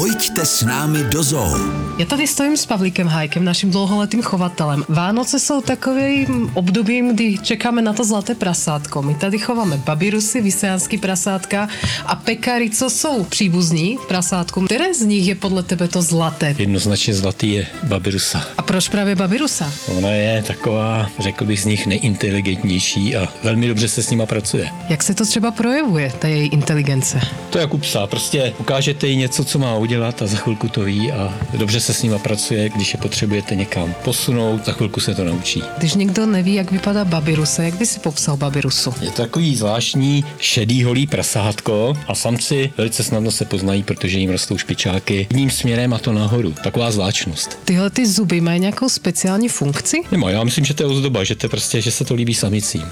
Pojďte s námi do zoo. Já tady stojím s Pavlíkem Hajkem, naším dlouholetým chovatelem. Vánoce jsou takovým obdobím, kdy čekáme na to zlaté prasátko. My tady chováme babirusy, vysejanský prasátka a pekári, co jsou příbuzní prasátkům. Které z nich je podle tebe to zlaté? Jednoznačně zlatý je babirusa. A proč právě babirusa? Ona je taková, řekl bych z nich nejinteligentnější a velmi dobře se s nima pracuje. Jak se to třeba projevuje, ta její inteligence? To je jak u psa, prostě ukážete jí něco, co má udělat a za chvilku to ví a dobře se s nima pracuje, když je potřebujete někam posunout, za chvilku se to naučí. Když někdo neví, jak vypadá babirusa, jak by si popsal babirusu? Je to takový zvláštní šedý holý prasátko a samci velice snadno se poznají, protože jim rostou špičáky jedním směrem a to nahoru. Taková zvláštnost. Tyhle ty zuby mají nějakou speciální funkci? Nemá, já myslím, že to je ozdoba, že to prostě, že se to líbí samicím.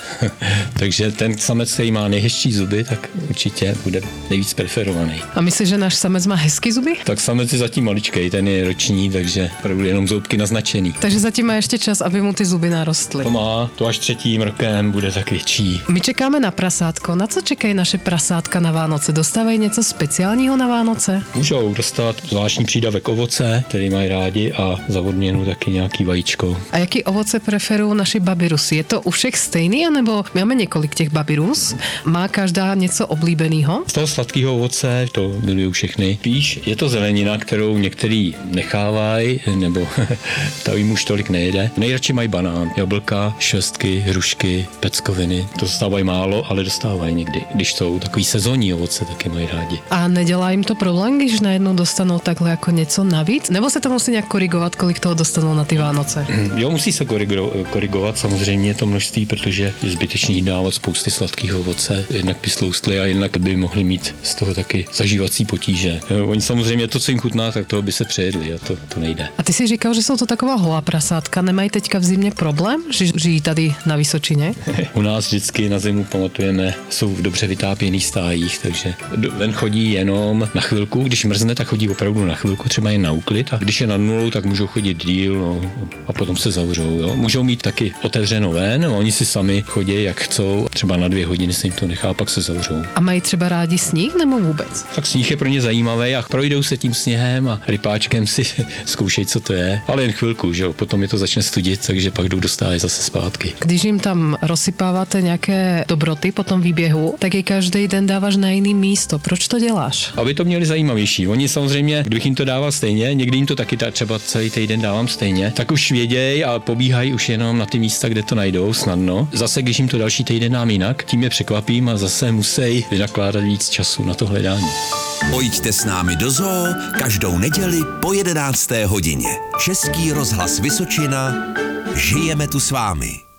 Takže ten samec, který má nejhezčí zuby, tak určitě bude nejvíc preferovaný. A myslíš, že náš samec má hezký zuby? Tak samec je zatím maličkej, ten je roční, takže opravdu jenom zoubky naznačený. Takže zatím má ještě čas, aby mu ty zuby narostly. To má, to až 3. rokem bude tak větší. My čekáme na prasátko. Na co čekají naše prasátka na Vánoce? Dostávají něco speciálního na Vánoce? Můžou dostat zvláštní přídavek ovoce, který mají rádi, a za odměnu taky nějaký vajíčko. A jaký ovoce preferují naši babirusy? Je to u všech stejný, anebo máme několik těch babirus? Má každá něco oblíbeného? Z toho sladkého ovoce to milují všechny. Spíš je to zelenina, kterou některý nechávají, nebo ta jim už tolik nejede. Nejradši mají banán, jablka, švestky, hrušky, peckoviny. To dostávají málo, ale dostávají někdy. Když jsou takový sezónní ovoce, taky mají rádi. A nedělá jim to problém, když najednou dostanou takhle jako něco navíc? Nebo se to musí nějak korigovat, kolik toho dostanou na ty Vánoce? Jo, musí se korigovat samozřejmě to množství, protože je zbytečný dávat spousty sladkého ovoce. Jednak by sloustli a jednak by mohli mít z toho taky zažívací potíže. Oni samozřejmě to, co jim chutná, tak toho by se přejedli a to nejde. A ty si říkal, že jsou to taková holá prasátka. Nemají teďka v zimě problém, že žijí tady na Vysočině? U nás vždycky na zimu pamatujeme, jsou v dobře vytápěných stájích, takže ven chodí jenom na chvilku. Když mrzne, tak chodí opravdu na chvilku, třeba jen na úklid, a když je nad nulou, tak můžou chodit díl, no, a potom se zavřou. Jo. Můžou mít taky otevřeno ven, no, oni si sami chodí, jak chcou, třeba na 2 hodiny se jim to nechá, pak se zavřou. A mají třeba rádi sníh nebo vůbec? Tak sníh je pro ně zajímavý a projdou se tím sněhem a rypáčkem si zkoušejí, co to je, ale jen chvilku, že jo, potom je to začne studit, takže pak jdou dostávat zase zpátky. Když jim tam rozsypáváte nějaké dobroty po tom výběhu, tak je každý den dáváš na jiný místo. Proč to děláš? Aby to měli zajímavější. Oni samozřejmě, kdybych jim to dával stejně, někdy jim to taky třeba celý týden dávám stejně, tak už vědějí a pobíhají už jenom na ty místa, kde to najdou snadno. Zase, když jim to další týden dám jinak, tím je překvapím a zase musí vynakládat víc času na to hledání. Pojďte s námi do zoo každou neděli po 11. hodině. Český rozhlas Vysočina. Žijeme tu s vámi.